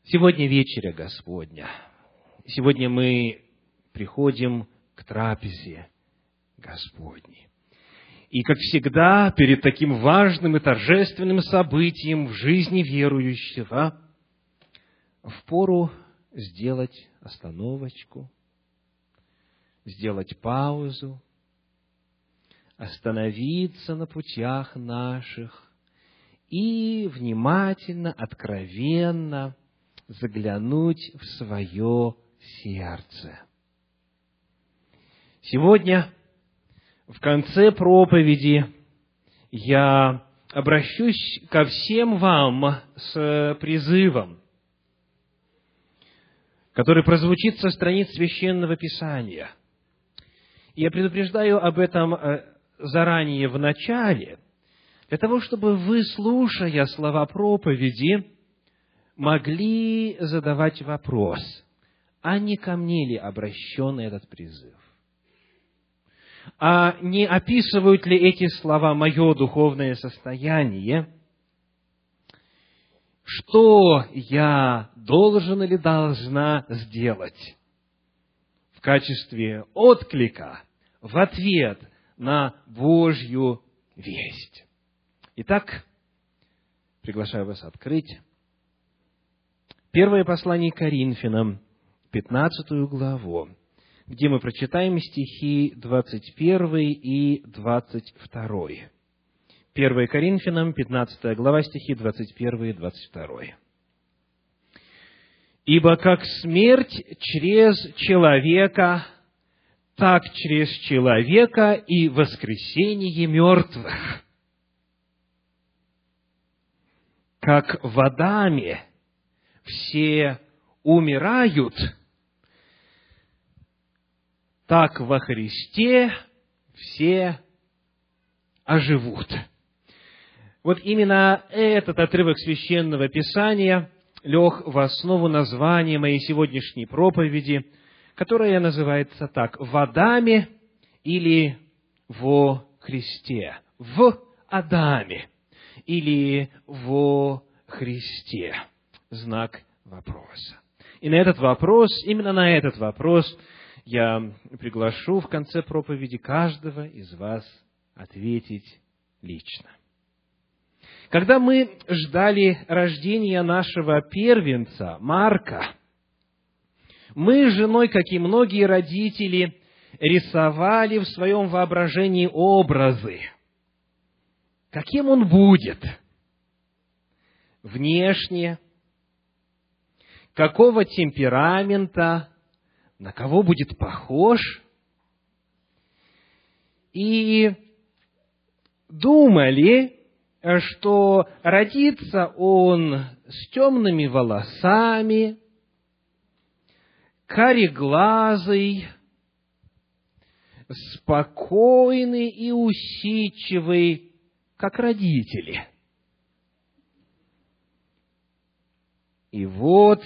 Сегодня вечеря Господня. Сегодня мы приходим к трапезе Господней. И, как всегда, перед таким важным и торжественным событием в жизни верующего впору сделать остановочку, сделать паузу, остановиться на путях наших и внимательно, откровенно заглянуть в свое сердце. Сегодня, в конце проповеди, я обращусь ко всем вам с призывом, который прозвучит со страниц Священного Писания. Я предупреждаю об этом заранее в начале, для того, чтобы вы, слушая слова проповеди, могли задавать вопрос, а не ко мне ли обращен этот призыв? А не описывают ли эти слова мое духовное состояние? Что я должен или должна сделать в качестве отклика, в ответ на Божью весть? Итак, приглашаю вас открыть первое послание к Коринфянам, 15 главу, где мы прочитаем стихи 21 и 22. 1 Коринфянам, 15 глава, стихи 21 и 22. «Ибо как смерть через человека, так через человека и воскресение мертвых. Как в Адаме все умирают, так во Христе все оживут». Вот именно этот отрывок Священного Писания лег в основу названия моей сегодняшней проповеди, которая называется так: «В Адаме» или «Во Христе». В Адаме или во Христе. Знак вопроса. И на этот вопрос, именно на этот вопрос, я приглашу в конце проповеди каждого из вас ответить лично. Когда мы ждали рождения нашего первенца, Марка, мы с женой, как и многие родители, рисовали в своем воображении образы. Каким он будет? Внешне? Какого темперамента? На кого будет похож? И думали, что родится он с темными волосами, кареглазый, спокойный и усидчивый, как родители. И вот,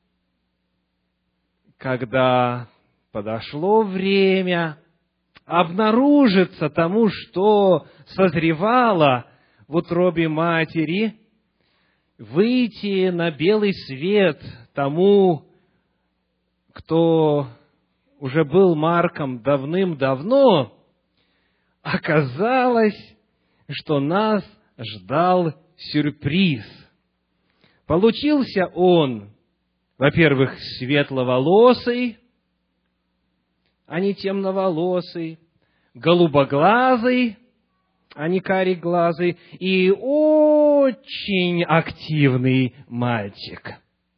когда подошло время обнаружиться тому, что созревало в утробе матери, выйти на белый свет тому, кто уже был Марком давным-давно, оказалось, что нас ждал сюрприз. Получился он, во-первых, светловолосый, а не темноволосый, голубоглазый, а не кареглазый, и очень активный мальчик.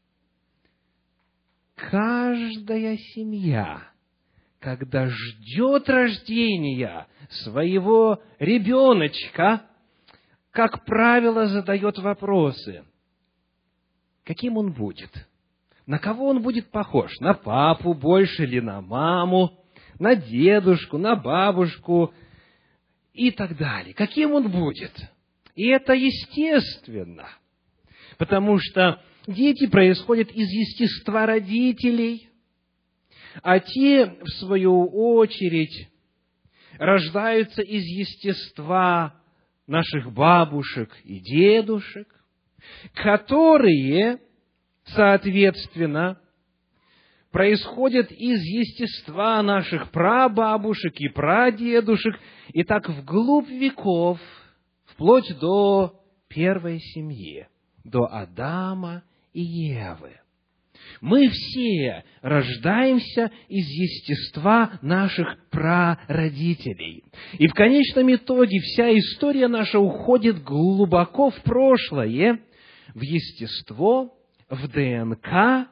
Каждая семья, когда ждет рождения своего ребеночка, как правило, задает вопросы. Каким он будет? На кого он будет похож? На папу больше или на маму? На дедушку, на бабушку? И так далее. Каким он будет? И это естественно, потому что дети происходят из естества родителей, а те, в свою очередь, рождаются из естества наших бабушек и дедушек, которые соответственно, происходят из естества наших прабабушек и прадедушек, и так вглубь веков, вплоть до первой семьи, до Адама и Евы. Мы все рождаемся из естества наших прародителей. И в конечном итоге вся история наша уходит глубоко в прошлое, в естество, в ДНК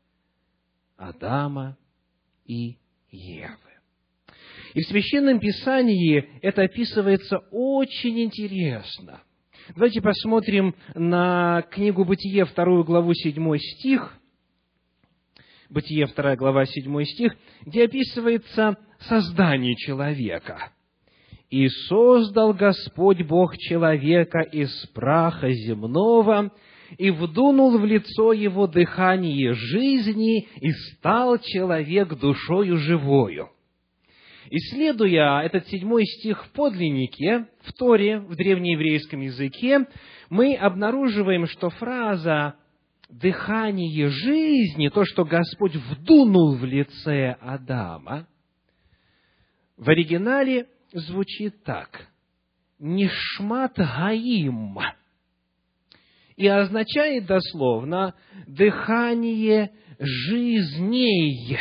Адама и Евы. И в Священном Писании это описывается очень интересно. Давайте посмотрим на книгу Бытие, 2 главу, 7 стих. Бытие, 2 глава, 7 стих, где описывается создание человека. «И создал Господь Бог человека из праха земного, и вдунул в лицо его дыхание жизни, и стал человек душою живою». Исследуя этот 7 стих в подлиннике, в Торе, в древнееврейском языке, мы обнаруживаем, что фраза «дыхание жизни», то, что Господь вдунул в лице Адама, в оригинале звучит так: «нишмат гаим», и означает дословно «дыхание жизней».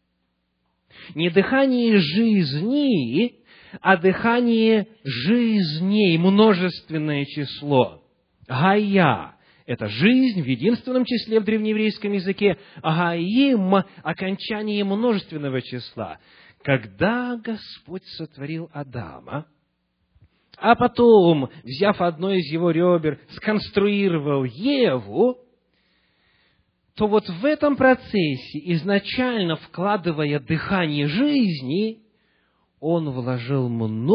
Не дыхание жизни, а дыхание жизней, множественное число. Гая – это жизнь в единственном числе в древнееврейском языке, а гаим – окончание множественного числа. Когда Господь сотворил Адама, а потом, взяв одно из его ребер, сконструировал Еву, то вот в этом процессе, изначально вкладывая дыхание жизни, Он вложил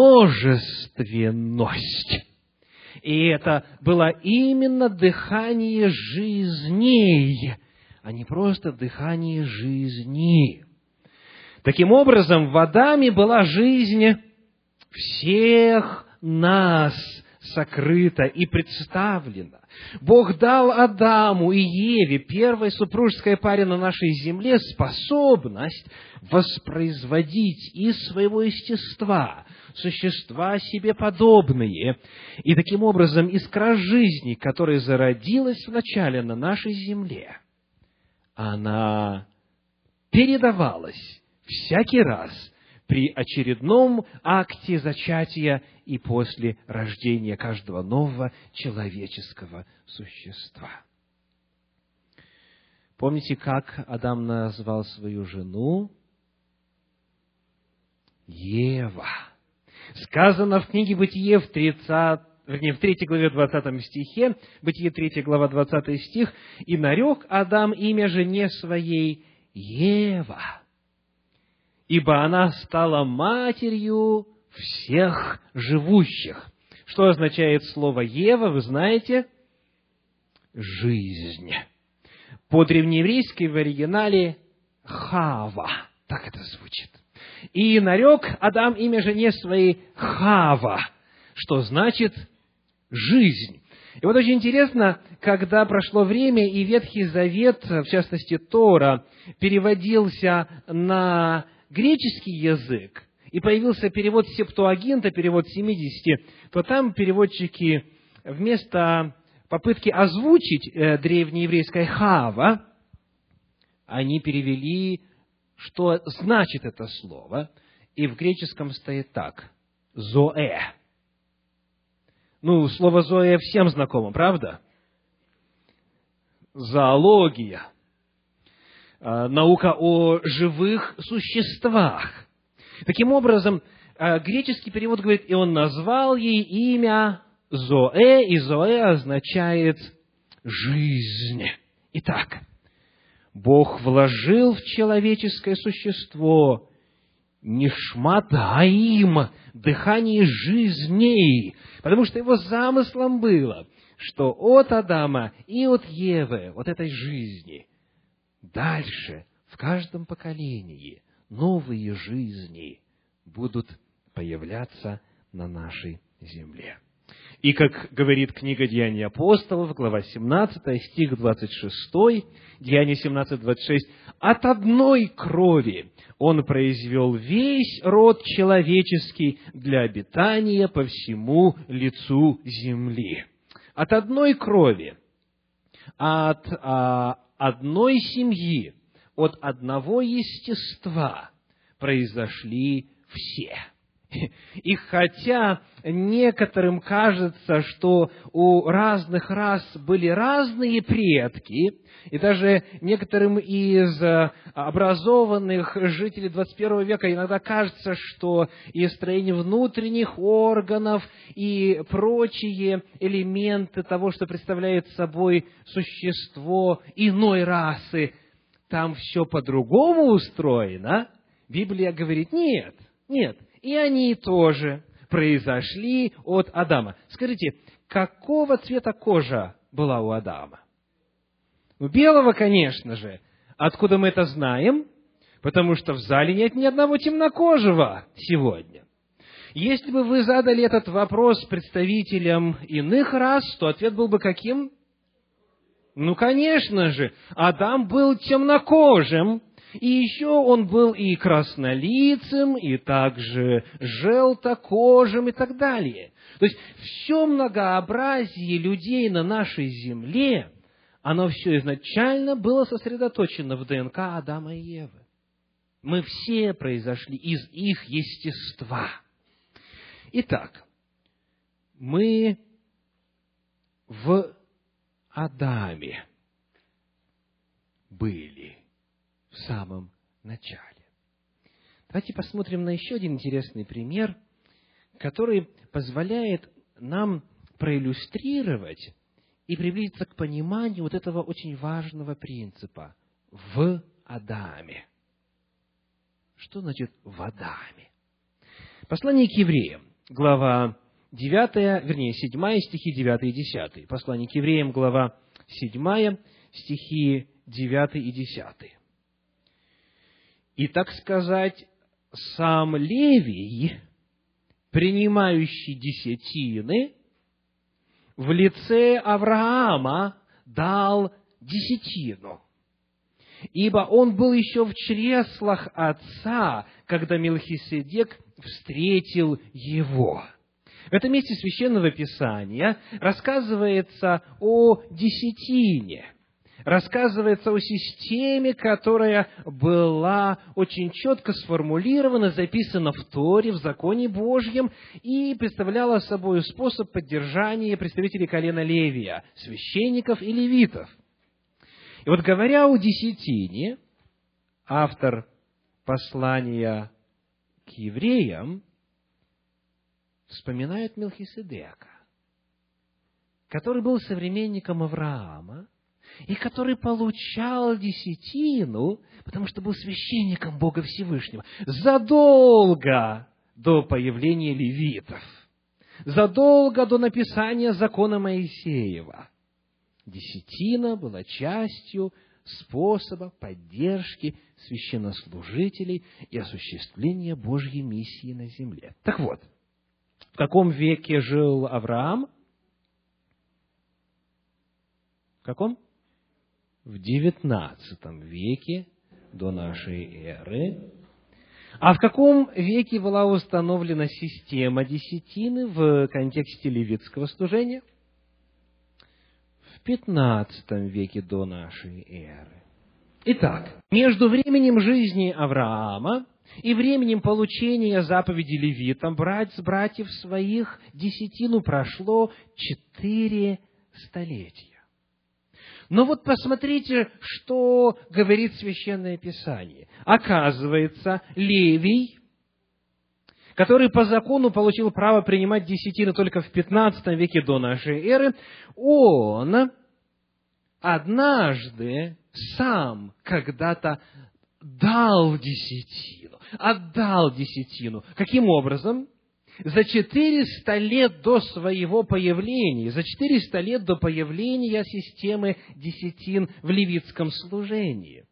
множественность. И это было именно дыхание жизней, а не просто дыхание жизни. Таким образом, в Адаме была жизнь всех нас сокрыта и представлена. Бог дал Адаму и Еве, первой супружеской паре на нашей земле, способность воспроизводить из своего естества существа себе подобные. И таким образом искра жизни, которая зародилась вначале на нашей земле, она передавалась всякий раз при очередном акте зачатия и после рождения каждого нового человеческого существа. Помните, как Адам назвал свою жену? Ева. Сказано в книге Бытие в 3 главе 20 стихе, Бытие 3 глава 20 стих, «И нарек Адам имя жене своей Ева, ибо она стала матерью всех живущих». Что означает слово «Ева», вы знаете? Жизнь. По-древнееврейски в оригинале «Хава». Так это звучит. «И нарек Адам имя жене своей Хава», что значит «жизнь». И вот очень интересно, когда прошло время, и Ветхий Завет, в частности Тора, переводился на греческий язык, и появился перевод Септуагинта, перевод 70, то там переводчики вместо попытки озвучить древнееврейское «хава», они перевели, что значит это слово, и в греческом стоит так – «зоэ». Ну, слово «зоэ» всем знакомо, правда? Зоология, наука о живых существах. Таким образом, греческий перевод говорит, и он назвал ей имя Зоэ, и Зоэ означает жизнь. Итак, Бог вложил в человеческое существо нишмат гаим, дыхание жизней, потому что его замыслом было, что от Адама и от Евы, от этой жизни, дальше, в каждом поколении, новые жизни будут появляться на нашей земле. И, как говорит книга «Деяния апостолов», глава 17, стих 26, Деяния 17, 26, «От одной крови Он произвел весь род человеческий для обитания по всему лицу земли». От одной крови, от одной семьи, от одного естества произошли все. И хотя некоторым кажется, что у разных рас были разные предки, и даже некоторым из образованных жителей 21 века иногда кажется, что и строение внутренних органов, и прочие элементы того, что представляет собой существо иной расы, там все по-другому устроено, Библия говорит, нет, и они тоже произошли от Адама. Скажите, какого цвета кожа была у Адама? Белого, конечно же. Откуда мы это знаем? Потому что в зале нет ни одного темнокожего сегодня. Если бы вы задали этот вопрос представителям иных рас, то ответ был бы каким? Конечно же, Адам был темнокожим, и еще он был и краснолицым, и также желтокожим, и так далее. То есть, все многообразие людей на нашей земле, оно все изначально было сосредоточено в ДНК Адама и Евы. Мы все произошли из их естества. Итак, мы в Адаме были в самом начале. Давайте посмотрим на еще один интересный пример, который позволяет нам проиллюстрировать и приблизиться к пониманию вот этого очень важного принципа в Адаме. Что значит в Адаме? Послание к евреям, глава 9, 7 стихи 9 и 10. Послание к евреям, глава 7, стихи 9 и 10. И, так сказать, сам Левий, принимающий десятины, в лице Авраама дал десятину. Ибо он был еще в чреслах отца, когда Мелхиседек встретил его. В этом месте Священного Писания рассказывается о десятине. Рассказывается о системе, которая была очень четко сформулирована, записана в Торе, в Законе Божьем, и представляла собой способ поддержания представителей колена Левия, священников и левитов. И вот, говоря о десятине, автор послания к евреям вспоминает Мелхиседека, который был современником Авраама, и который получал десятину, потому что был священником Бога Всевышнего, задолго до появления левитов, задолго до написания закона Моисеева. Десятина была частью способа поддержки священнослужителей и осуществления Божьей миссии на земле. Так вот, в каком веке жил Авраам? В каком? В 19 веке до нашей эры. А в каком веке была установлена система десятины в контексте левитского служения? В 15 веке до нашей эры. Итак, между временем жизни Авраама и временем получения заповеди левитам брать с братьев своих десятину прошло 4 столетия. Но вот посмотрите, что говорит Священное Писание. Оказывается, Левий, который по закону получил право принимать десятину только в 15 веке до нашей эры, он однажды сам когда-то дал десятину, отдал десятину. Каким образом? За 400 лет до своего появления, за 400 лет до появления системы десятин в левитском служении.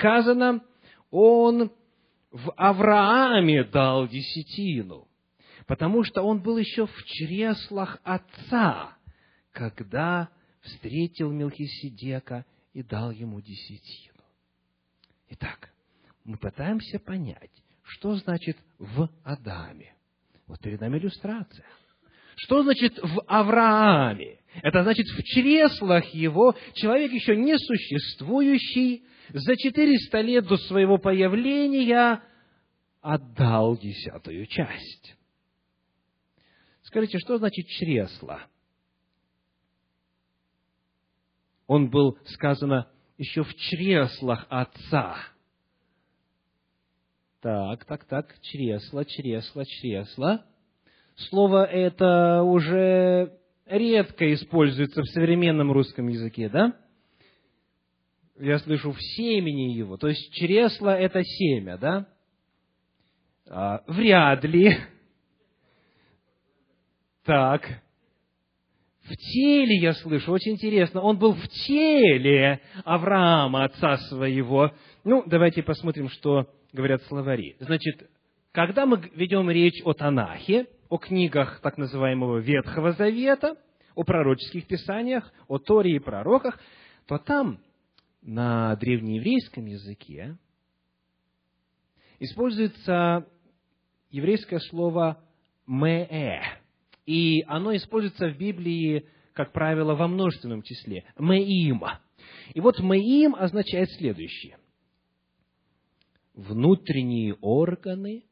Сказано, он в Аврааме дал десятину. потому что он был еще в чреслах отца, когда встретил Мелхиседека и дал ему десятину. Итак, мы пытаемся понять, что значит «в Адаме». Вот перед нами иллюстрация. Что значит «в Аврааме»? Это значит, в чреслах его человек еще не существующий, за 400 лет до своего появления отдал 10-ю часть. Скажите, что значит чресло? Он был, сказано, еще в чреслах отца. Так, чресло. Слово это уже редко используется в современном русском языке, да? Я слышу в семени его. То есть чресло это семя, да? Вряд ли. Так. В теле я слышу, очень интересно. Он был в теле Авраама, отца своего. Давайте посмотрим, что говорят словари. Значит, когда мы ведем речь о Танахе, о книгах так называемого Ветхого Завета, о пророческих писаниях, о Торе и пророках, то там на древнееврейском языке используется еврейское слово «меэ». И оно используется в Библии, как правило, во множественном числе. «Меим». И вот «меим» означает следующее. Внутренние органы.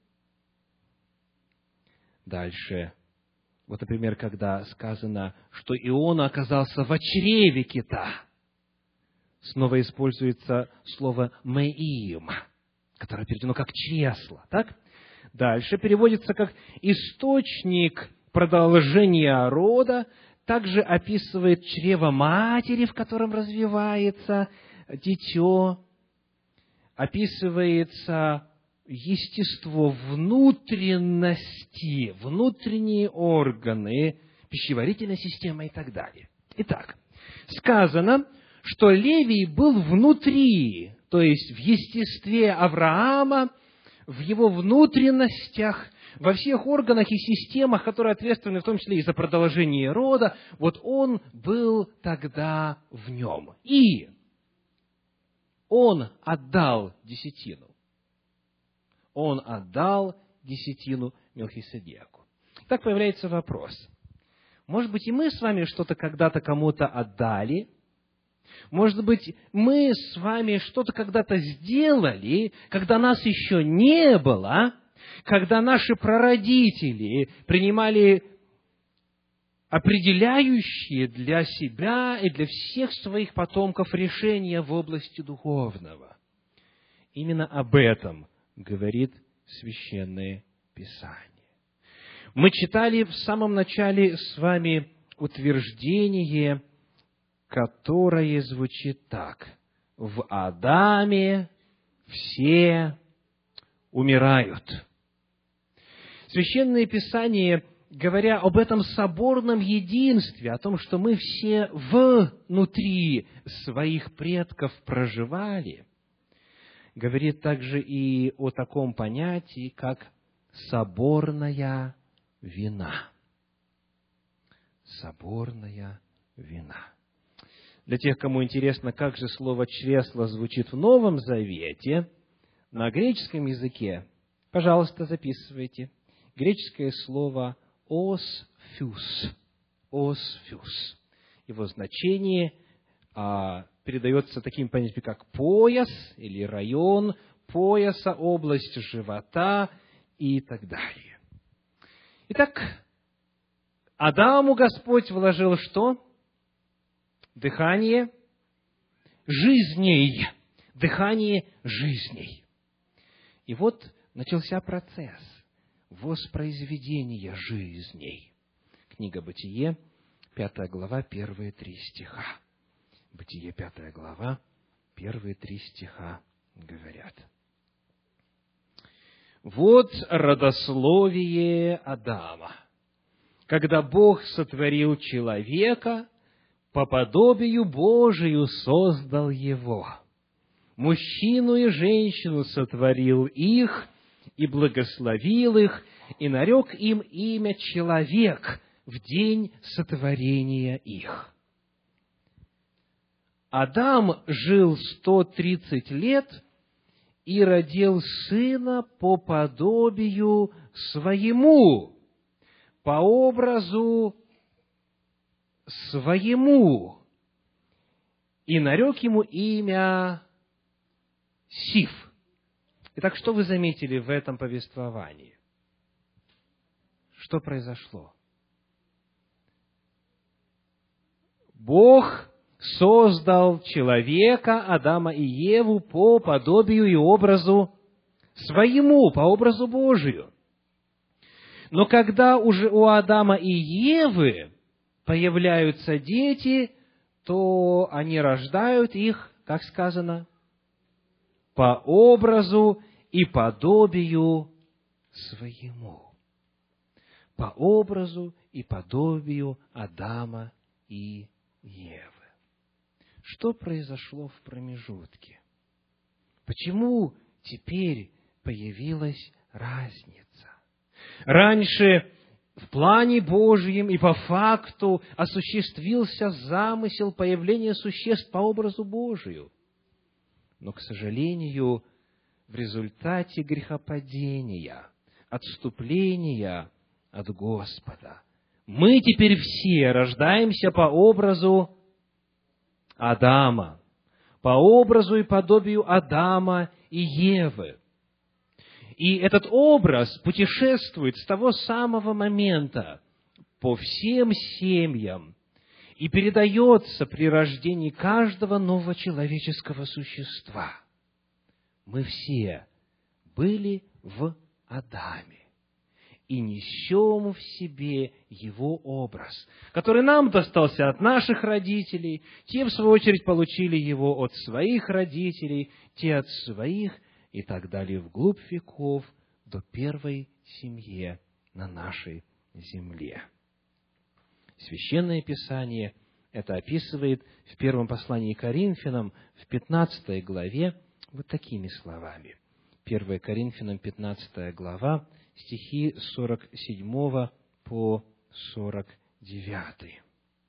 Дальше. Вот, например, когда сказано, что Иона оказался в чреве кита, снова используется слово «меим», которое переведено как «чресло». Так? Дальше переводится как «источник продолжения рода», также описывает чрево матери, в котором развивается дитё, описывается естество внутренности, внутренние органы, пищеварительная система и так далее. Итак, сказано, что Левий был внутри, то есть в естестве Авраама, в его внутренностях, во всех органах и системах, которые ответственны в том числе и за продолжение рода, вот он был тогда в нем. И он отдал десятину. Он отдал десятину Мелхиседеку. Так появляется вопрос. Может быть, и мы с вами что-то когда-то кому-то отдали? Может быть, мы с вами что-то когда-то сделали, когда нас еще не было, когда наши прародители принимали определяющие для себя и для всех своих потомков решения в области духовного. Именно об этом говорит Священное Писание. Мы читали в самом начале с вами утверждение, которое звучит так. В Адаме все умирают. Священное Писание, говоря об этом соборном единстве, о том, что мы все внутри своих предков проживали, говорит также и о таком понятии, как соборная вина. Соборная вина. Для тех, кому интересно, как же слово «чресло» звучит в Новом Завете, на греческом языке, пожалуйста, записывайте, греческое слово «осфюс». «Осфюс». Его значение передается таким понятием, как пояс или район пояса, область живота и так далее. Итак, Адаму Господь вложил что? Дыхание жизней. Дыхание жизней. И вот начался процесс воспроизведения жизней. Книга Бытие, 5 глава, первые 3 стиха. Бытие, 5 глава, первые 3 стиха говорят. Вот родословие Адама. Когда Бог сотворил человека, по подобию Божию создал его. Мужчину и женщину сотворил их, и благословил их, и нарек им имя человек в день сотворения их. Адам жил 130 лет и родил сына по подобию своему, по образу своему, и нарек ему имя Сиф. Итак, что вы заметили в этом повествовании? Что произошло? Бог создал человека, Адама и Еву, по подобию и образу своему, по образу Божию. Но когда уже у Адама и Евы появляются дети, то они рождают их, как сказано, по образу и подобию своему. По образу и подобию Адама и Евы. Что произошло в промежутке? Почему теперь появилась разница? Раньше в плане Божьем и по факту осуществился замысел появления существ по образу Божию. Но, к сожалению, в результате грехопадения, отступления от Господа, мы теперь все рождаемся по образу Адама, по образу и подобию Адама и Евы. И этот образ путешествует с того самого момента по всем семьям и передается при рождении каждого нового человеческого существа. Мы все были в Адаме и несем в себе его образ, который нам достался от наших родителей, те, в свою очередь, получили его от своих родителей, те от своих, и так далее, вглубь веков до первой семьи на нашей земле. Священное Писание это описывает в первом послании к Коринфянам, в 15 главе, вот такими словами. 1 Коринфянам, 15 глава, стихи с 47 по 49.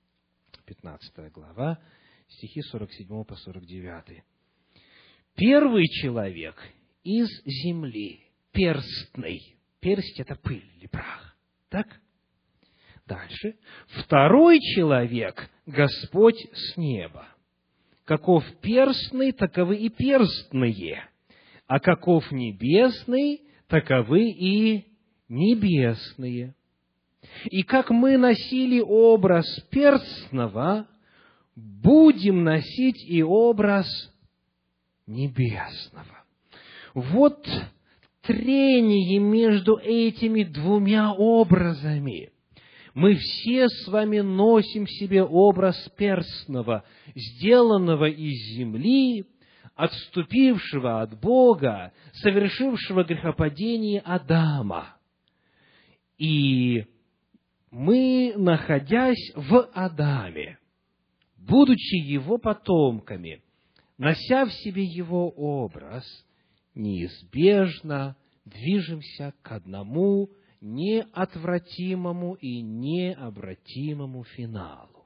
15 глава, стихи с 47 по 49. Первый человек из земли, перстный. Персть – это пыль или прах. Так? Дальше. Второй человек – Господь с неба. Каков перстный, таковы и перстные. А каков небесный, таковы и небесные. И как мы носили образ перстного, будем носить и образ небесного. Вот трение между этими двумя образами. Мы все с вами носим в себе образ перстного, сделанного из земли, отступившего от Бога, совершившего грехопадение Адама. И мы, находясь в Адаме, будучи его потомками, нося в себе его образ, неизбежно движемся к одному неотвратимому и необратимому финалу.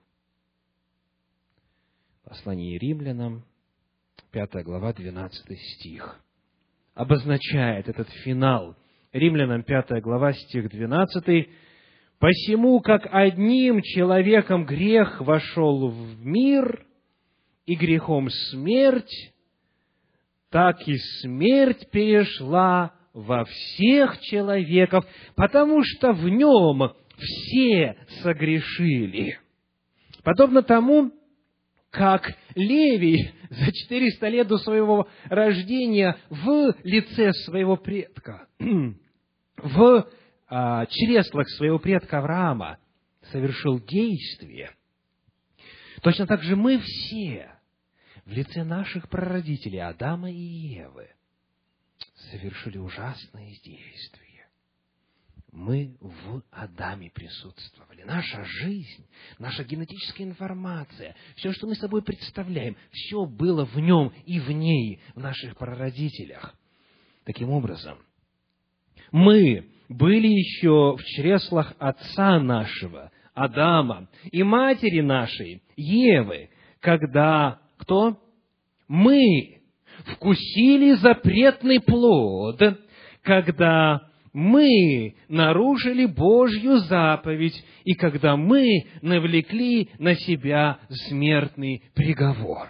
Послание Римлянам, 5 глава, 12 стих, обозначает этот финал. Римлянам, 5 глава, стих 12. «Посему, как одним человеком грех вошел в мир, и грехом смерть, так и смерть перешла во всех человеков, потому что в нем все согрешили». Подобно тому, как Левий за 400 лет до своего рождения в лице своего предка, в чреслах своего предка Авраама совершил действие, точно так же мы все в лице наших прародителей Адама и Евы совершили ужасные действия. Мы в Адаме присутствовали. Наша жизнь, наша генетическая информация, все, что мы собой представляем, все было в нем и в ней, в наших прародителях. Таким образом, мы были еще в чреслах отца нашего, Адама, и матери нашей, Евы, когда кто? Мы вкусили запретный плод, когда мы нарушили Божью заповедь, и когда мы навлекли на себя смертный приговор.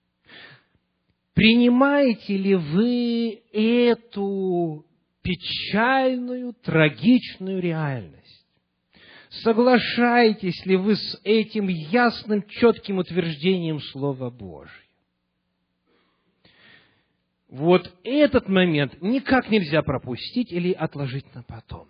Принимаете ли вы эту печальную, трагичную реальность? Соглашаетесь ли вы с этим ясным, четким утверждением Слова Божьего? Вот этот момент никак нельзя пропустить или отложить на потом.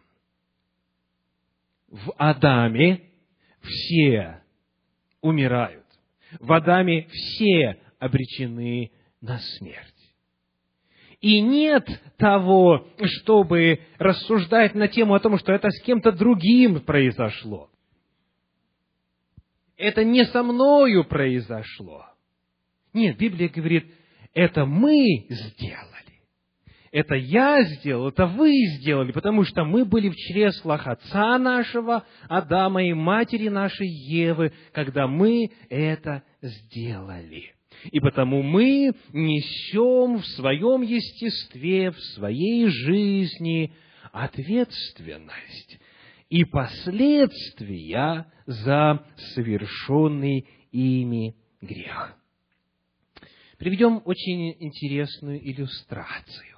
В Адаме все умирают. В Адаме все обречены на смерть. И нет того, чтобы рассуждать на тему о том, что это с кем-то другим произошло. Это не со мною произошло. Нет, Библия говорит, это мы сделали. Это я сделал, это вы сделали, потому что мы были в чреслах отца нашего, Адама, и матери нашей Евы, когда мы это сделали. И потому мы несем в своем естестве, в своей жизни ответственность и последствия за совершенный ими грех. Приведем очень интересную иллюстрацию.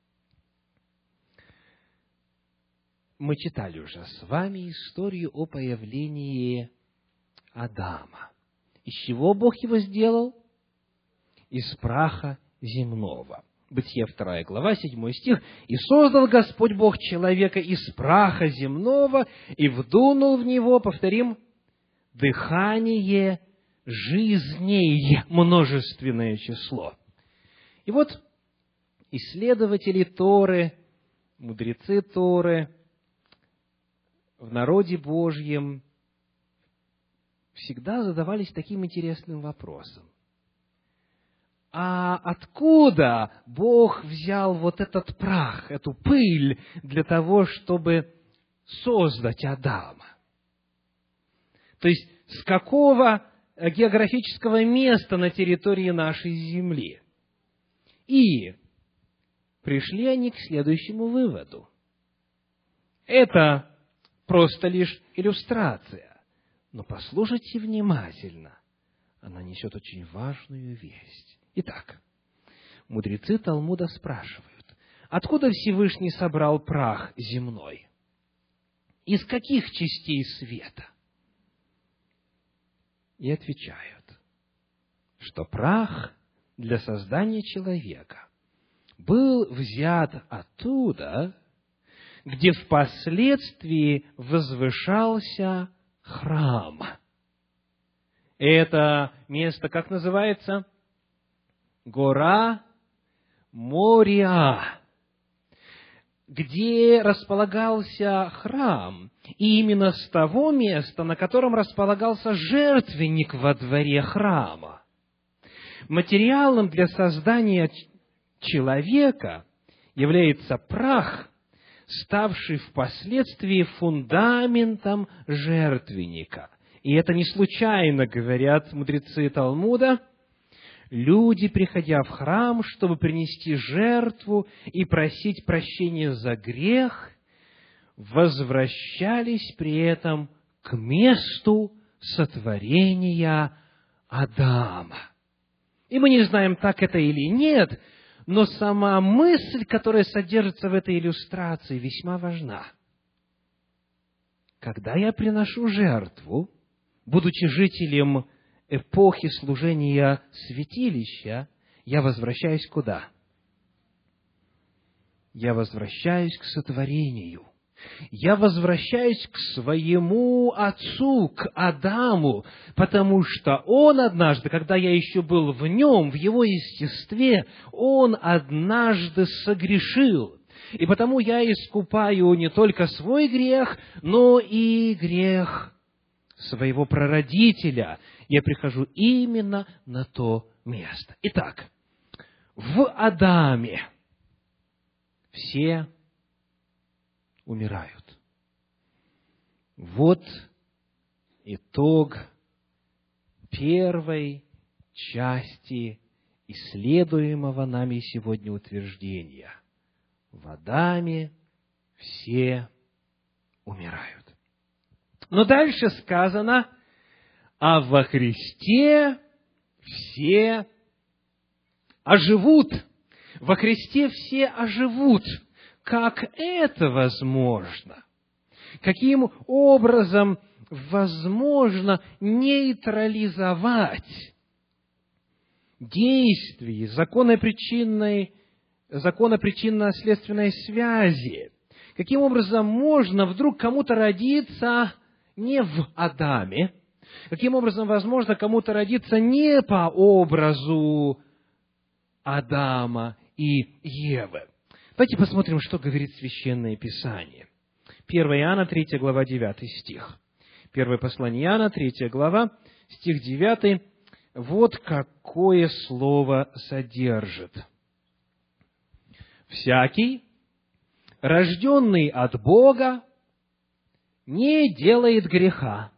Мы читали уже с вами историю о появлении Адама. Из чего Бог его сделал? Из праха земного. Бытие 2 глава, 7 стих. «И создал Господь Бог человека из праха земного, и вдунул в него», повторим, «дыхание жизней», множественное число. И вот исследователи Торы, мудрецы Торы в народе Божьем всегда задавались таким интересным вопросом. А откуда Бог взял вот этот прах, эту пыль для того, чтобы создать Адама? То есть, с какого географического места на территории нашей земли? И пришли они к следующему выводу. Это просто лишь иллюстрация. Но послушайте внимательно. Она несет очень важную весть. Итак, мудрецы Талмуда спрашивают, откуда Всевышний собрал прах земной? Из каких частей света? И отвечают, что прах для создания человека был взят оттуда, где впоследствии возвышался храм. Это место, как называется? Гора Мориа, где располагался храм. И именно с того места, на котором располагался жертвенник во дворе храма. Материалом для создания человека является прах, ставший впоследствии фундаментом жертвенника. И это не случайно, говорят мудрецы Талмуда. Люди, приходя в храм, чтобы принести жертву и просить прощения за грех, возвращались при этом к месту сотворения Адама. И мы не знаем, так это или нет, но сама мысль, которая содержится в этой иллюстрации, весьма важна. Когда я приношу жертву, будучи жителем эпохи служения святилища, я возвращаюсь куда? Я возвращаюсь к сотворению. Я возвращаюсь к своему отцу, к Адаму, потому что он однажды, когда я еще был в нем, в его естестве, он однажды согрешил. И потому я искупаю не только свой грех, но и грех своего прародителя. Я прихожу именно на то место. Итак, в Адаме все умирают. Вот итог первой части исследуемого нами сегодня утверждения. В Адаме все умирают. Но дальше сказано, а во Христе все оживут. Во Христе все оживут. Как это возможно? Каким образом возможно нейтрализовать действие закона причинно-следственной связи? Каким образом можно вдруг кому-то родиться не в Адаме? Каким образом возможно кому-то родиться не по образу Адама и Евы? Давайте посмотрим, что говорит Священное Писание. 1 Иоанна, 3 глава, 9 стих. Первое послание Иоанна, 3 глава, стих 9. Вот какое слово содержит. «Всякий, рожденный от Бога, не делает греха,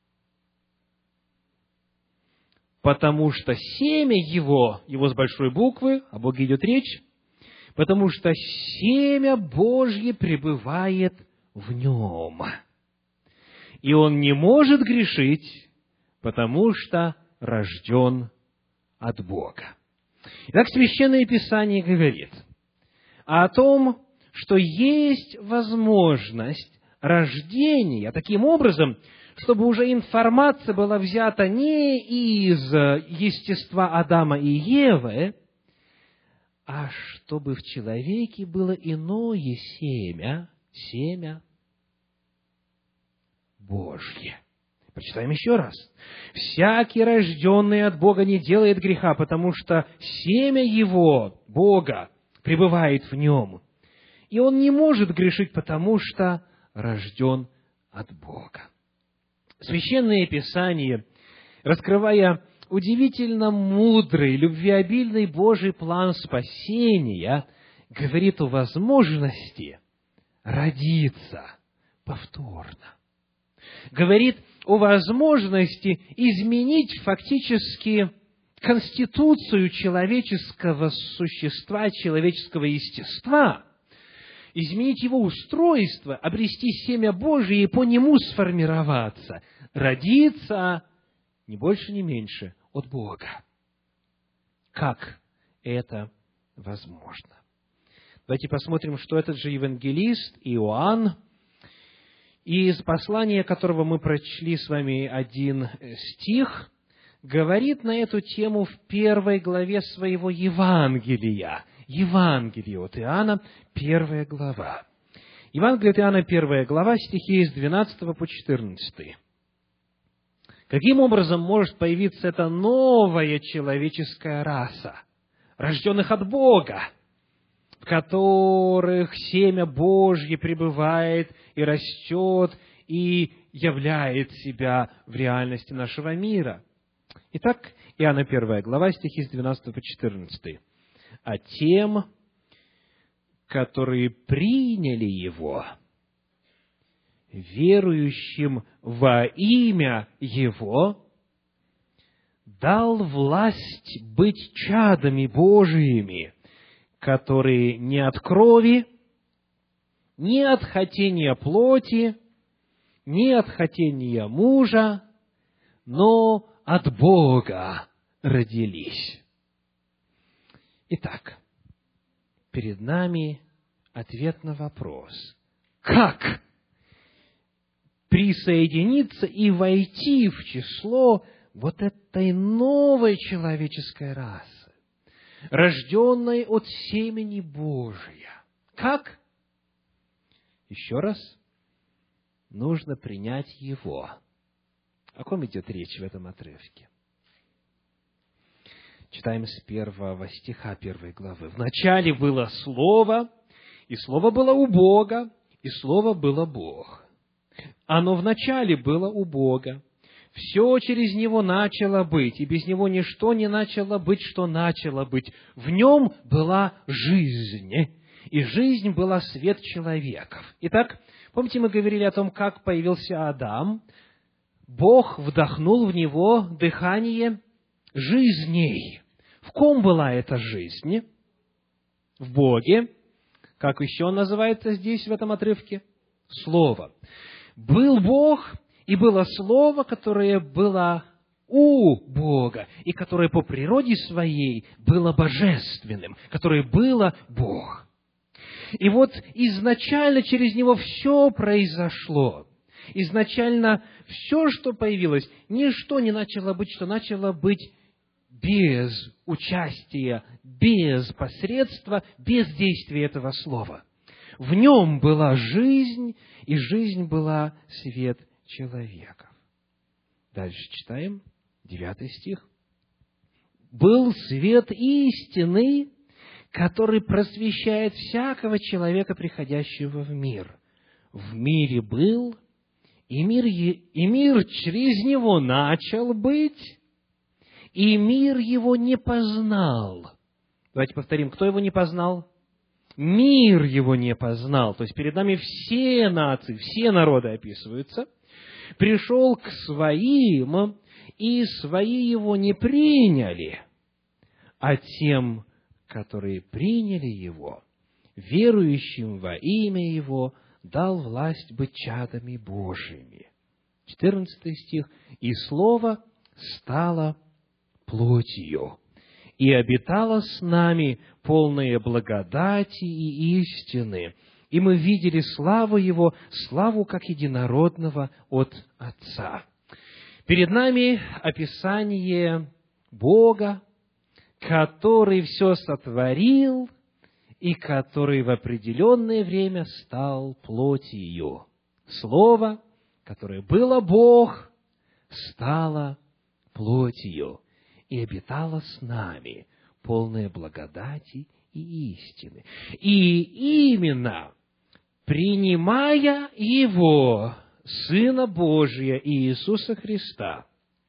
потому что семя его с большой буквы, о Боге идет речь, потому что семя Божье пребывает в нем. И он не может грешить, потому что рожден от Бога». Итак, Священное Писание говорит о том, что есть возможность рождения таким образом, чтобы уже информация была взята не из естества Адама и Евы, а чтобы в человеке было иное семя Божье. Прочитаем еще раз. «Всякий, рожденный от Бога, не делает греха, потому что семя его, Бога, пребывает в нем. И он не может грешить, потому что рожден от Бога». Священное Писание, раскрывая удивительно мудрый, любвеобильный Божий план спасения, говорит о возможности родиться повторно. Говорит о возможности изменить фактически конституцию человеческого существа, человеческого естества, изменить его устройство, обрести семя Божие и по нему сформироваться, родиться ни больше, ни меньше от Бога. Как это возможно? Давайте посмотрим, что этот же евангелист Иоанн, из послания которого мы прочли с вами один стих, говорит на эту тему в 1 главе своего Евангелия. Евангелие от Иоанна, 1 глава. Евангелие от Иоанна, 1 глава, стихи с 12 по 14. Каким образом может появиться эта новая человеческая раса, рожденных от Бога, в которых семя Божье пребывает и растет, и являет себя в реальности нашего мира? Итак, Иоанна 1 глава, стихи с 12 по 14. «А тем, которые приняли Его, верующим во имя Его, дал власть быть чадами Божиими, которые не от крови, не от хотения плоти, не от хотения мужа, но от Бога родились». Итак, перед нами ответ на вопрос, как присоединиться и войти в число вот этой новой человеческой расы, рожденной от семени Божия. Как? Еще раз, нужно принять Его. О ком идет речь в этом отрывке? Читаем с 1 стиха 1 главы. «Вначале было Слово, и Слово было у Бога, и Слово было Бог. Оно вначале было у Бога. Все через Него начало быть, и без Него ничто не начало быть, что начало быть. В Нем была жизнь, и жизнь была свет человеков». Итак, помните, мы говорили о том, как появился Адам? Бог вдохнул в него дыхание жизней. В ком была эта жизнь? В Боге. Как еще он называется здесь, в этом отрывке? Слово. Был Бог, и было Слово, которое было у Бога, и которое по природе своей было божественным, которое было Бог. И вот изначально через него все произошло. Изначально все, что появилось, ничто не начало быть, что начало быть без участия, без посредства, без действия этого слова. В нем была жизнь, и жизнь была свет человеков. Дальше читаем, 9 стих. «Был свет истины, который просвещает всякого человека, приходящего в мир. В мире был, и мир через него начал быть, и мир его не познал». Давайте повторим, кто его не познал? Мир его не познал. То есть перед нами все нации, все народы описываются. Пришел к своим, и свои его не приняли, а тем, которые приняли его, верующим во имя его, дал власть быть чадами Божиими. 14 стих. «И Слово стало плотью, и обитало с нами, полное благодати и истины, и мы видели славу Его, славу как единородного от Отца». Перед нами описание Бога, который все сотворил и который в определенное время стал плотью. Слово, которое было Бог, стало плотью и обитало с нами, полное благодати и истины. И именно принимая Его, Сына Божия Иисуса Христа,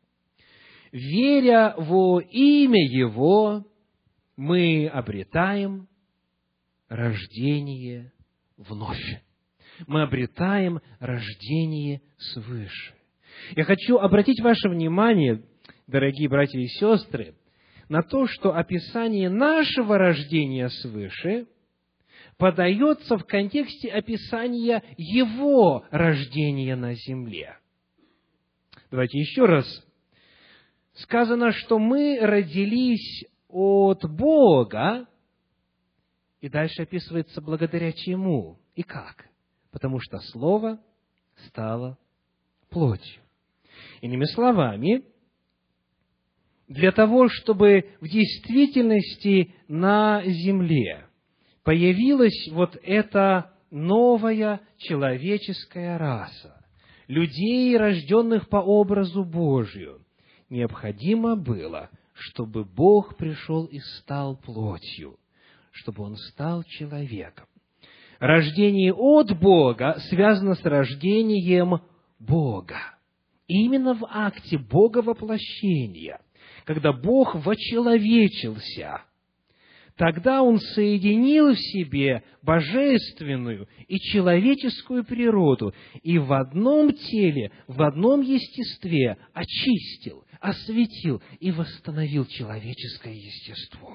веря во имя Его, мы обретаем рождение вновь. Мы обретаем рождение свыше. Я хочу обратить ваше внимание, дорогие братья и сестры, на то, что описание нашего рождения свыше подается в контексте описания Его рождения на земле. Давайте еще раз. Сказано, что мы родились от Бога, и дальше описывается благодаря чему и как. Потому что Слово стало плотью. Иными словами, для того, чтобы в действительности на земле появилась вот эта новая человеческая раса, людей, рожденных по образу Божию, необходимо было, чтобы Бог пришел и стал плотью, чтобы Он стал человеком. Рождение от Бога связано с рождением Бога. И именно в акте Боговоплощения, когда Бог вочеловечился, тогда Он соединил в себе божественную и человеческую природу и в одном теле, в одном естестве очистил, осветил и восстановил человеческое естество.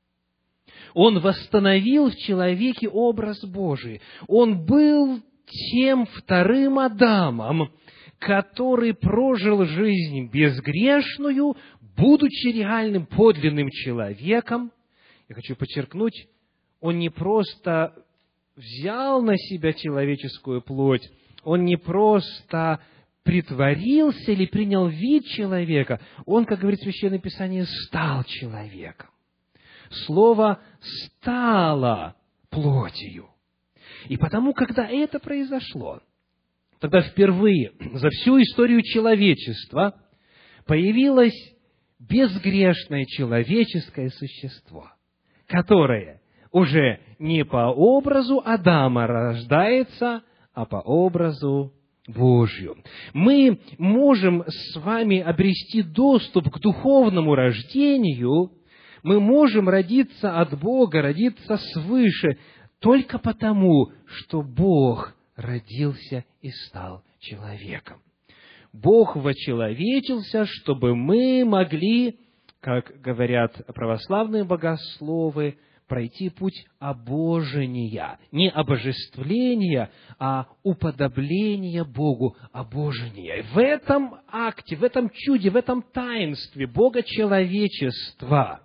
Он восстановил в человеке образ Божий. Он был тем вторым Адамом, который прожил жизнь безгрешную, будучи реальным подлинным человеком. Я хочу подчеркнуть, он не просто взял на себя человеческую плоть, он не просто притворился или принял вид человека, он, как говорит Священное Писание, стал человеком. Слово «стало плотью». И потому, когда это произошло, тогда впервые за всю историю человечества появилось безгрешное человеческое существо, которое уже не по образу Адама рождается, а по образу Божью. Мы можем с вами обрести доступ к духовному рождению, мы можем родиться от Бога, родиться свыше, только потому, что Бог родился и стал человеком. Бог вочеловечился, чтобы мы могли, как говорят православные богословы, пройти путь обожения, не обожествления, а уподобления Богу, обожения. В этом акте, в этом чуде, в этом таинстве богочеловечества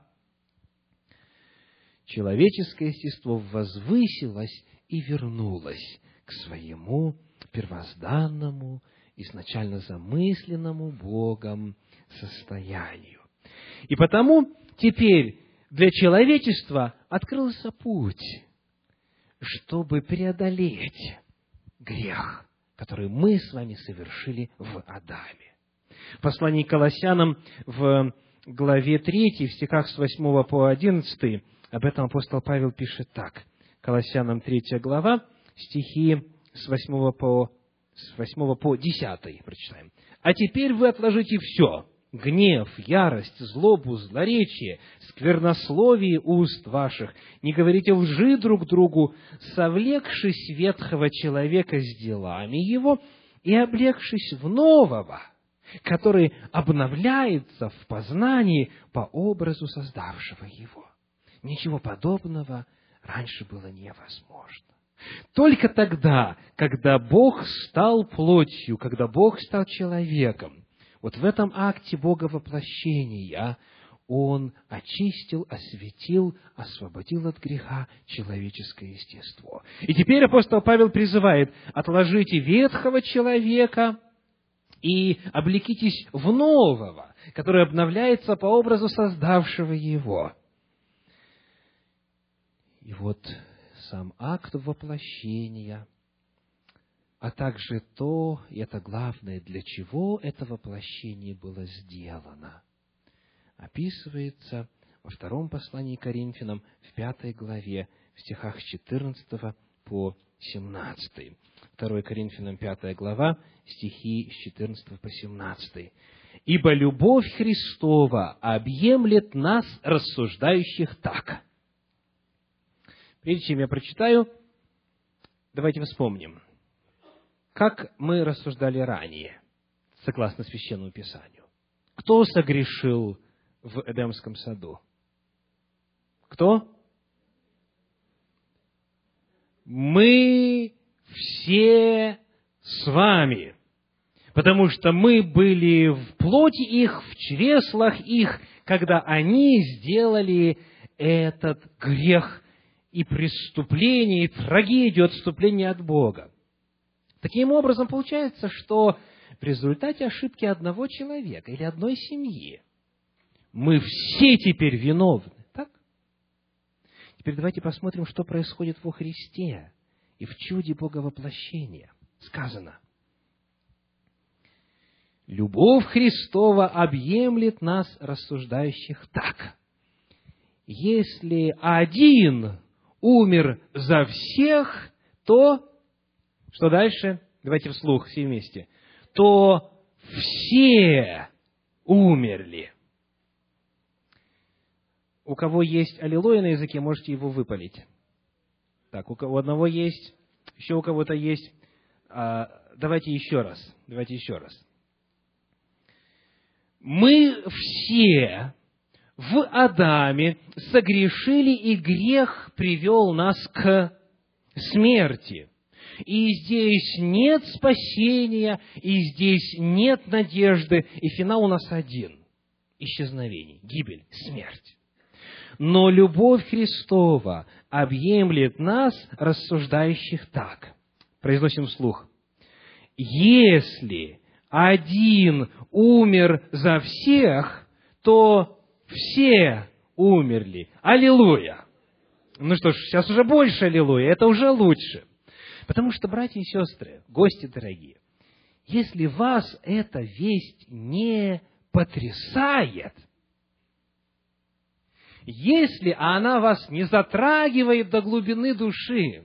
человеческое естество возвысилось и вернулось к своему первозданному, изначально замысленному Богом состоянию. И потому теперь для человечества открылся путь, чтобы преодолеть грех, который мы с вами совершили в Адаме. В послании к Колоссянам в главе 3, в стихах с 8 по 11, об этом апостол Павел пишет так. Колоссянам 3 глава, стихи с 8 по 10 прочитаем. «А теперь вы отложите все: гнев, ярость, злобу, злоречие, сквернословие уст ваших. Не говорите лжи друг другу, совлекшись ветхого человека с делами его и облегшись в нового, который обновляется в познании по образу создавшего его». Ничего подобного раньше было невозможно. Только тогда, когда Бог стал плотью, когда Бог стал человеком, вот в этом акте Боговоплощения Он очистил, осветил, освободил от греха человеческое естество. И теперь апостол Павел призывает: отложите ветхого человека и облекитесь в нового, который обновляется по образу создавшего его. И вот сам акт воплощения, а также то, и это главное, для чего это воплощение было сделано, описывается во втором послании к Коринфянам, в 5 главе, в стихах с 14 по 17. 2 Коринфянам, 5 глава, стихи с 14 по 17. «Ибо любовь Христова объемлет нас, рассуждающих так». Прежде чем я прочитаю, давайте вспомним, как мы рассуждали ранее, согласно Священному Писанию. Кто согрешил в Эдемском саду? Кто? Мы все с вами, потому что мы были в плоти их, в чреслах их, когда они сделали этот грех и преступление, и трагедию отступления от Бога. Таким образом, получается, что в результате ошибки одного человека или одной семьи мы все теперь виновны. Так? Теперь давайте посмотрим, что происходит во Христе и в чуде Боговоплощения. Сказано: «Любовь Христова объемлет нас, рассуждающих так: если один умер за всех, то...» Что дальше? Давайте вслух все вместе. «То все умерли». У кого есть аллилуйя на языке, можете его выпалить. Так, у одного есть, еще у кого-то есть. Давайте еще раз. Мы все в Адаме согрешили, и грех привел нас к смерти. И здесь нет спасения, и здесь нет надежды, и финал у нас один – исчезновение, гибель, смерть. Но любовь Христова объемлет нас, рассуждающих так. Произносим вслух. Если один умер за всех, то все умерли. Аллилуйя! Ну что ж, сейчас уже больше аллилуйя, это уже лучше. Потому что, братья и сестры, гости дорогие, если вас эта весть не потрясает, если она вас не затрагивает до глубины души,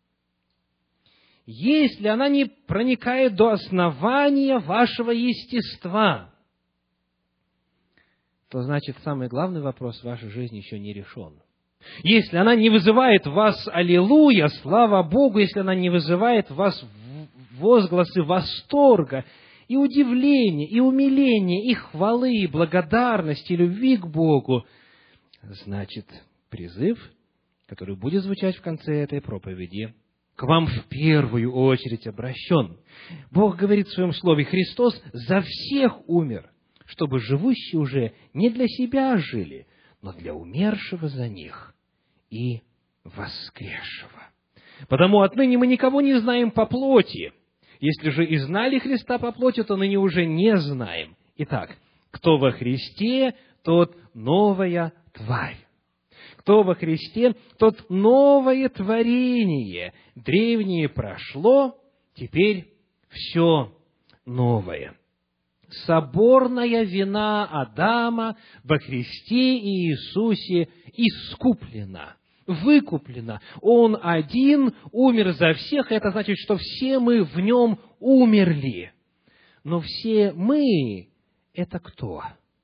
если она не проникает до основания вашего естества, то значит, самый главный вопрос в вашей жизни еще не решен. если она не вызывает в вас аллилуйя, слава Богу, если она не вызывает в вас возгласы восторга и удивления, и умиления, и хвалы, и благодарности, и любви к Богу, значит, призыв, который будет звучать в конце этой проповеди, к вам в первую очередь обращен. Бог говорит в Своем Слове: Христос за всех умер, чтобы живущие уже не для себя жили, но для умершего за них и воскресшего. Потому отныне мы никого не знаем по плоти. Если же и знали Христа по плоти, то ныне уже не знаем. Итак, кто во Христе, тот новая тварь. Кто во Христе, тот новое творение. Древнее прошло, теперь все новое. Соборная вина Адама во Христе и Иисусе искуплена, выкуплена. Он один умер за всех, это значит, что все мы в Нем умерли. Но все мы – это кто?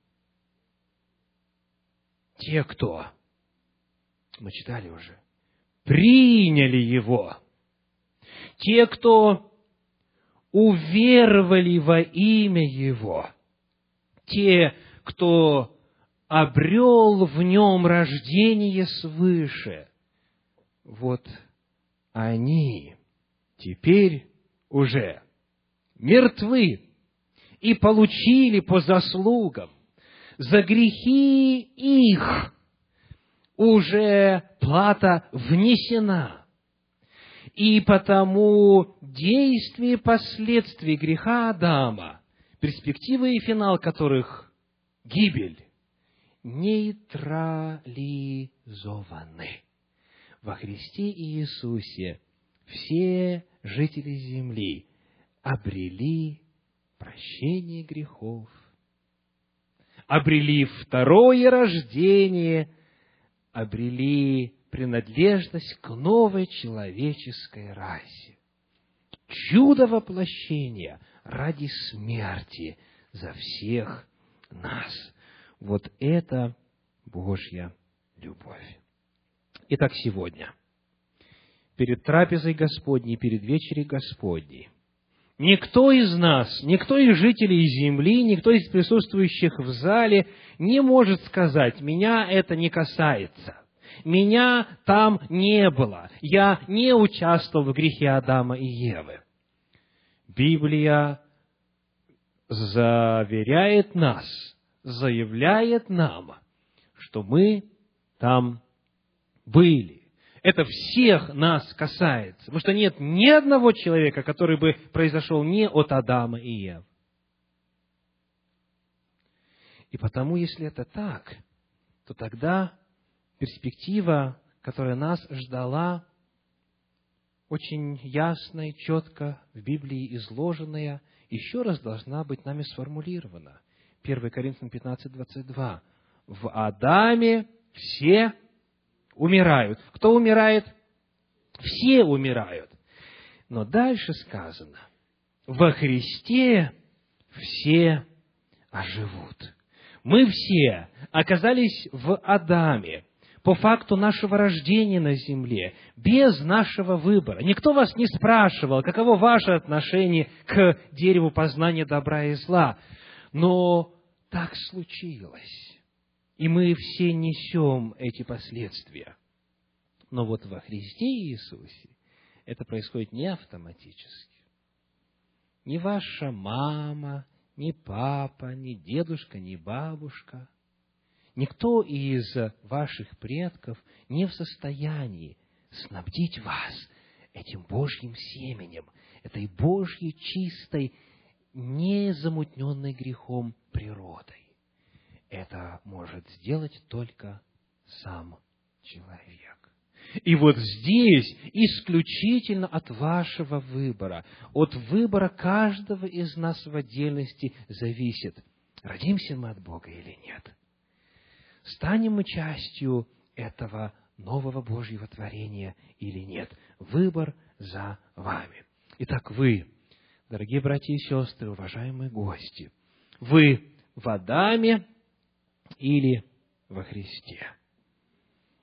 Те, кто, мы читали уже, приняли Его. Те, кто уверовали во имя Его. Те, кто обрел в Нем рождение свыше. Вот они теперь уже мертвы и получили по заслугам. За грехи их уже плата внесена. И потому действие последствий греха Адама, перспективы и финал которых гибель, нейтрализованы. Во Христе Иисусе все жители земли обрели прощение грехов, обрели второе рождение, обрели принадлежность к новой человеческой расе. Чудо воплощения ради смерти за всех нас. Вот это Божья любовь. Итак, сегодня, перед трапезой Господней, перед вечерей Господней, никто из нас, никто из жителей земли, никто из присутствующих в зале не может сказать: «Меня это не касается». Меня там не было. Я не участвовал в грехе Адама и Евы. Библия заверяет нас, заявляет нам, что мы там были. Это всех нас касается. Потому что нет ни одного человека, который бы произошел не от Адама и Евы. И потому, если это так, то тогда перспектива, которая нас ждала, очень ясно и четко в Библии изложенная, еще раз должна быть нами сформулирована. 1 Коринфянам 15:22. В Адаме все умирают. Кто умирает? Все умирают. Но дальше сказано: во Христе все оживут. Мы все оказались в Адаме по факту нашего рождения на земле, без нашего выбора. Никто вас не спрашивал, каково ваше отношение к дереву познания добра и зла. Но так случилось. И мы все несем эти последствия. Но вот во Христе Иисусе это происходит не автоматически. Ни ваша мама, ни папа, ни дедушка, ни бабушка, никто из ваших предков не в состоянии снабдить вас этим Божьим семенем, этой Божьей чистой, незамутненной грехом природой. Это может сделать только сам человек. И вот здесь исключительно от вашего выбора, от выбора каждого из нас в отдельности зависит, родимся мы от Бога или нет. Станем мы частью этого нового Божьего творения или нет. Выбор за вами. Итак, вы, дорогие братья и сестры, уважаемые гости, вы в Адаме или во Христе.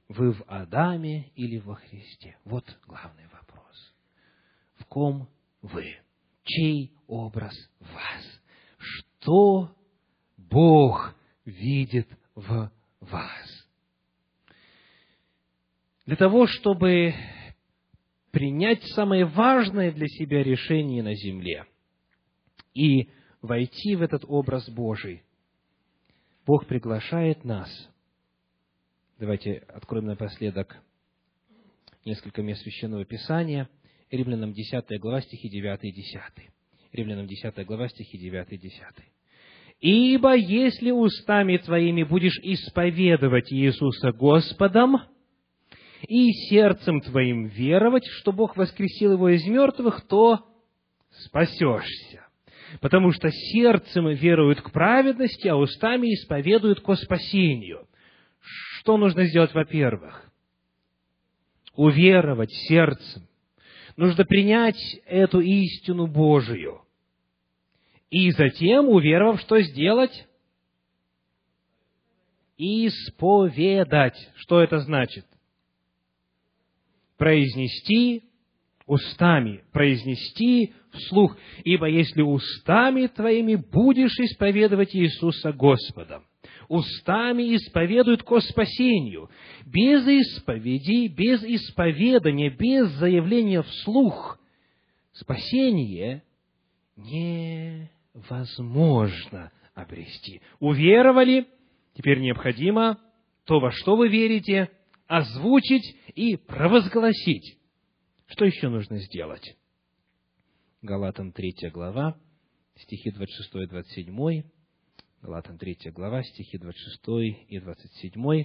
вы в Адаме или во Христе? Вот главный вопрос. В ком вы? Чей образ в вас? Что Бог видит в вас? Для того, чтобы принять самое важное для себя решение на земле и войти в этот образ Божий, Бог приглашает нас. Давайте откроем напоследок несколько мест Священного Писания. Римлянам 10 глава, стихи 9 и 10. Римлянам 10 глава, стихи 9 и 10. «Ибо если устами твоими будешь исповедовать Иисуса Господом, и сердцем твоим веровать, что Бог воскресил Его из мертвых, то спасешься. Потому что сердцем веруют к праведности, а устами исповедуют ко спасению». Что нужно сделать, во-первых? Уверовать сердцем. Нужно принять эту истину Божию. И затем, уверовав, что сделать? Исповедать. Что это значит? Произнести устами, произнести вслух. «Ибо если устами твоими будешь исповедовать Иисуса Господом, устами исповедуют ко спасению». Без исповеди, без исповедания, без заявления вслух спасение невозможно обрести. Уверовали, теперь необходимо то, во что вы верите, озвучить и провозгласить. Что еще нужно сделать? Галатам 3 глава, стихи 26 и 27. Галатам 3 глава, стихи 26 и 27.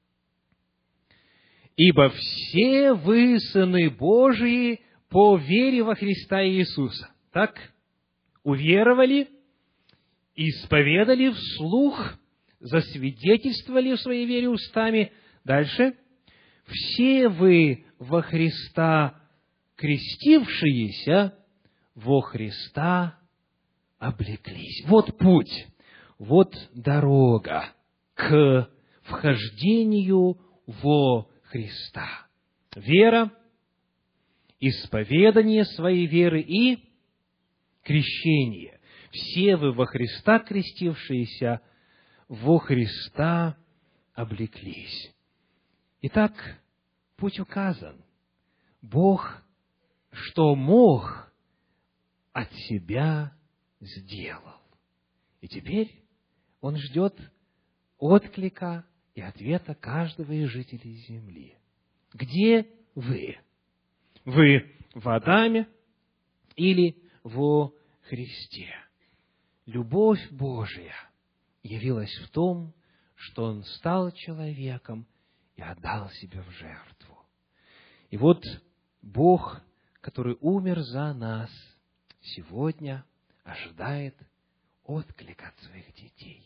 «Ибо все вы, сыны Божии, по вере во Христа Иисуса». Так, уверовали, исповедали вслух, засвидетельствовали в своей вере устами. Дальше. «Все вы во Христа крестившиеся, во Христа облеклись». Вот путь, вот дорога к вхождению во Христа. Вера, исповедание своей веры и крещение. Все вы во Христа крестившиеся, во Христа облеклись. Итак, путь указан. Бог, что мог, от себя сделал. И теперь Он ждет отклика и ответа каждого из жителей земли. Где вы? Вы в Адаме или во Христе? Любовь Божия явилась в том, что Он стал человеком и отдал себя в жертву. И вот Бог, который умер за нас, сегодня ожидает отклика от своих детей.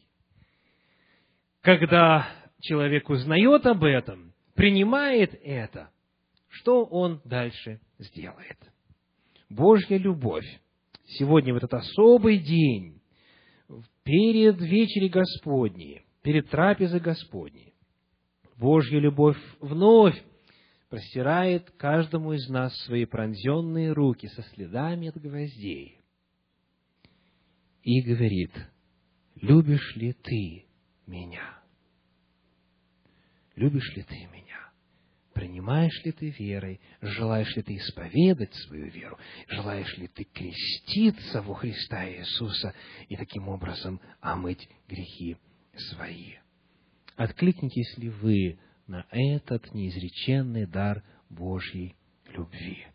Когда человек узнает об этом, принимает это, что он дальше сделает? Божья любовь сегодня, в этот особый день, перед вечерей Господней, перед трапезой Господней, Божья любовь вновь простирает каждому из нас свои пронзенные руки со следами от гвоздей и говорит: «Любишь ли ты меня? Любишь ли ты меня? Принимаешь ли ты верой? Желаешь ли ты исповедать свою веру? Желаешь ли ты креститься во Христа Иисуса и таким образом омыть грехи свои?» Откликнитесь ли вы на этот неизреченный дар Божьей любви?